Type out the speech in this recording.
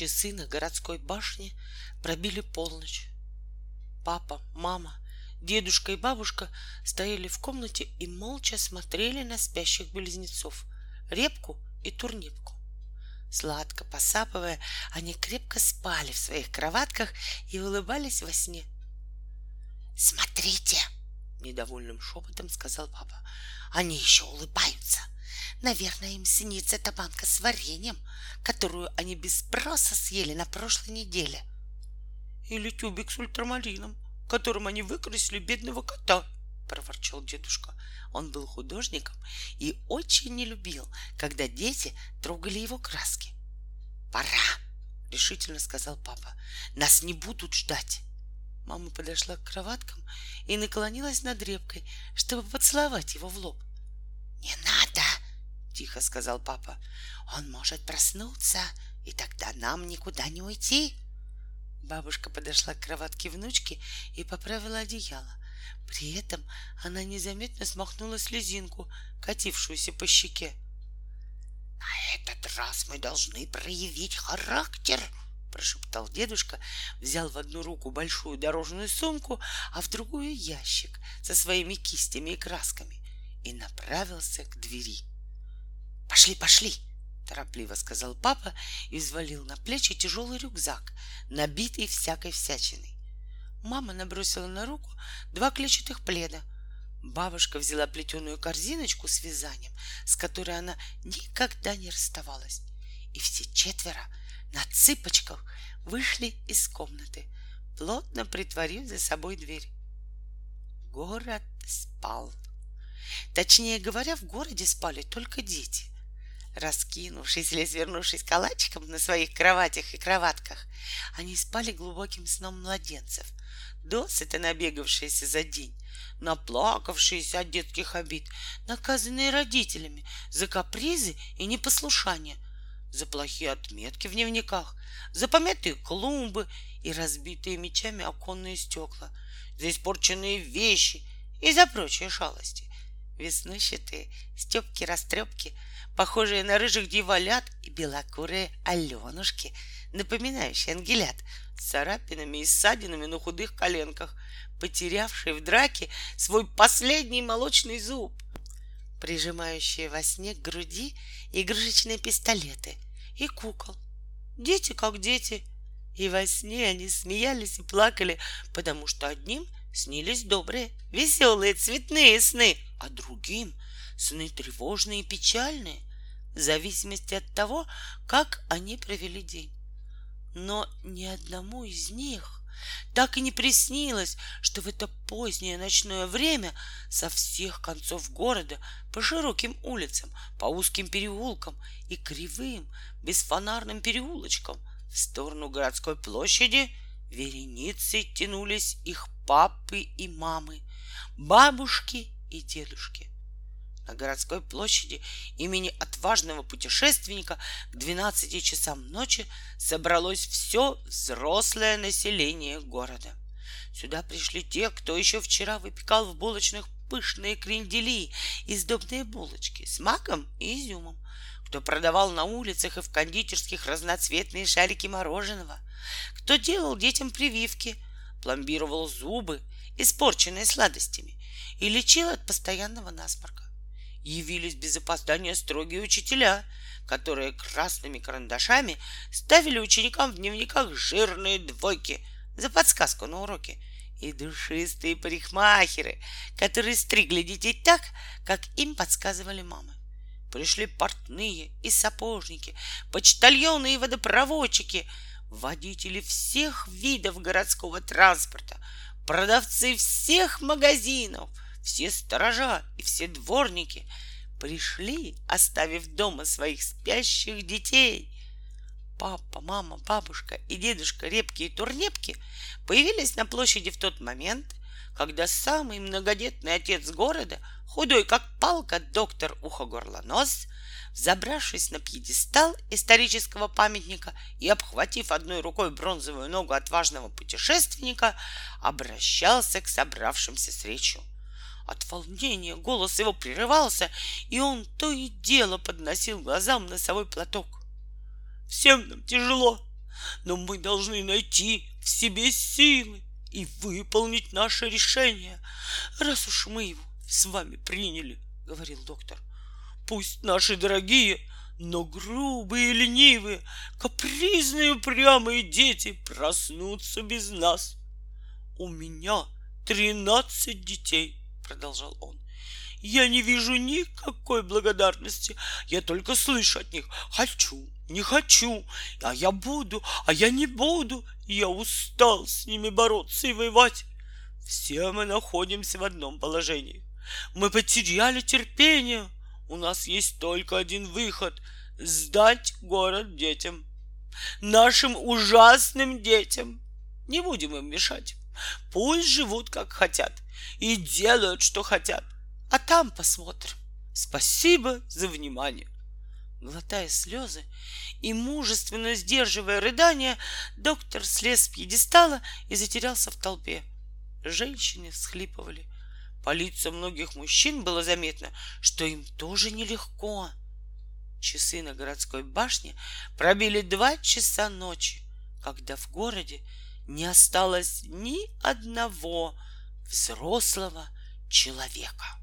Часы на городской башне пробили полночь. Папа, мама, дедушка и бабушка стояли в комнате и молча смотрели на спящих близнецов Репку и Турнепку. Сладко посапывая, они крепко спали в своих кроватках и улыбались во сне. «Смотрите!» — недовольным шепотом сказал папа. «Они еще улыбаются. Наверное, им снится эта банка с вареньем, которую они без спроса съели на прошлой неделе. Или тюбик с ультрамарином, которым они выкрасили бедного кота», — проворчал дедушка. Он был художником и очень не любил, когда дети трогали его краски. «Пора!» — решительно сказал папа. «Нас не будут ждать!» Мама подошла к кроваткам и наклонилась над Репкой, чтобы поцеловать его в лоб. «Не надо!» — тихо сказал папа. «Он может проснуться, и тогда нам никуда не уйти!» Бабушка подошла к кроватке внучки и поправила одеяло. При этом она незаметно смахнула слезинку, катившуюся по щеке. «На этот раз мы должны проявить характер!» — прошептал дедушка, взял в одну руку большую дорожную сумку, а в другую ящик со своими кистями и красками и направился к двери. «Пошли, пошли!» — торопливо сказал папа и взвалил на плечи тяжелый рюкзак, набитый всякой всячиной. Мама набросила на руку 2 клетчатых пледа. Бабушка взяла плетеную корзиночку с вязанием, с которой она никогда не расставалась. И все 4 на цыпочках вышли из комнаты, плотно притворив за собой дверь. Город спал. Точнее говоря, в городе спали только дети. Раскинувшись или свернувшись калачиком на своих кроватях и кроватках, они спали глубоким сном младенцев, досыта набегавшиеся за день, наплакавшиеся от детских обид, наказанные родителями за капризы и непослушание, за плохие отметки в дневниках, за помятые клумбы и разбитые мечами оконные стекла, за испорченные вещи и за прочие шалости. Веснущатые степки-растрепки, похожие на рыжих дьяволят, и белокурые Аленушки, напоминающие ангелят, с царапинами и ссадинами на худых коленках, потерявшие в драке свой последний молочный зуб, прижимающие во сне к груди игрушечные пистолеты и кукол. Дети как дети, и во сне они смеялись и плакали, потому что одним снились добрые, веселые, цветные сны, а другим сны тревожные и печальные, в зависимости от того, как они провели день. Но ни одному из них так и не приснилось, что в это позднее ночное время со всех концов города по широким улицам, по узким переулкам и кривым бесфонарным переулочкам в сторону городской площади вереницей тянулись их папы и мамы, бабушки и дедушки. На городской площади имени отважного путешественника к 12 часам ночи собралось все взрослое население города. Сюда пришли те, кто еще вчера выпекал в булочных пышные крендели и сдобные булочки с маком и изюмом, кто продавал на улицах и в кондитерских разноцветные шарики мороженого, кто делал детям прививки, пломбировал зубы, испорченные сладостями, и лечил от постоянного насморка. Явились без опоздания строгие учителя, которые красными карандашами ставили ученикам в дневниках жирные 2 за подсказку на уроке, и душистые парикмахеры, которые стригли детей так, как им подсказывали мамы. Пришли портные и сапожники, почтальоны и водопроводчики, водители всех видов городского транспорта, продавцы всех магазинов, все сторожа и все дворники пришли, оставив дома своих спящих детей. Папа, мама, бабушка и дедушка Репки и Турнепки появились на площади в тот момент, когда самый многодетный отец города, худой как палка доктор Ухо-горло-нос, взобравшись на пьедестал исторического памятника и обхватив одной рукой бронзовую ногу отважного путешественника, обращался к собравшимся с речью. От волнения голос его прерывался, и он то и дело подносил глазам носовой платок. «Всем нам тяжело, но мы должны найти в себе силы и выполнить наше решение, раз уж мы его с вами приняли, — говорил доктор. Пусть наши дорогие, но грубые, ленивые, капризные, упрямые дети проснутся без нас. У меня 13 детей, — продолжал он. Я не вижу никакой благодарности. Я только слышу от них: хочу, не хочу, а я буду, а я не буду. Я устал с ними бороться и воевать. Все мы находимся в одном положении. Мы потеряли терпение. У нас есть только один выход — сдать город детям. Нашим ужасным детям. Не будем им мешать. Пусть живут как хотят и делают, что хотят. А там посмотрим. Спасибо за внимание. Глотая слезы и мужественно сдерживая рыдания, доктор слез с пьедестала и затерялся в толпе. Женщины всхлипывали. По лицам многих мужчин было заметно, что им тоже нелегко. Часы на городской башне пробили 2 часа ночи, когда в городе не осталось ни одного взрослого человека.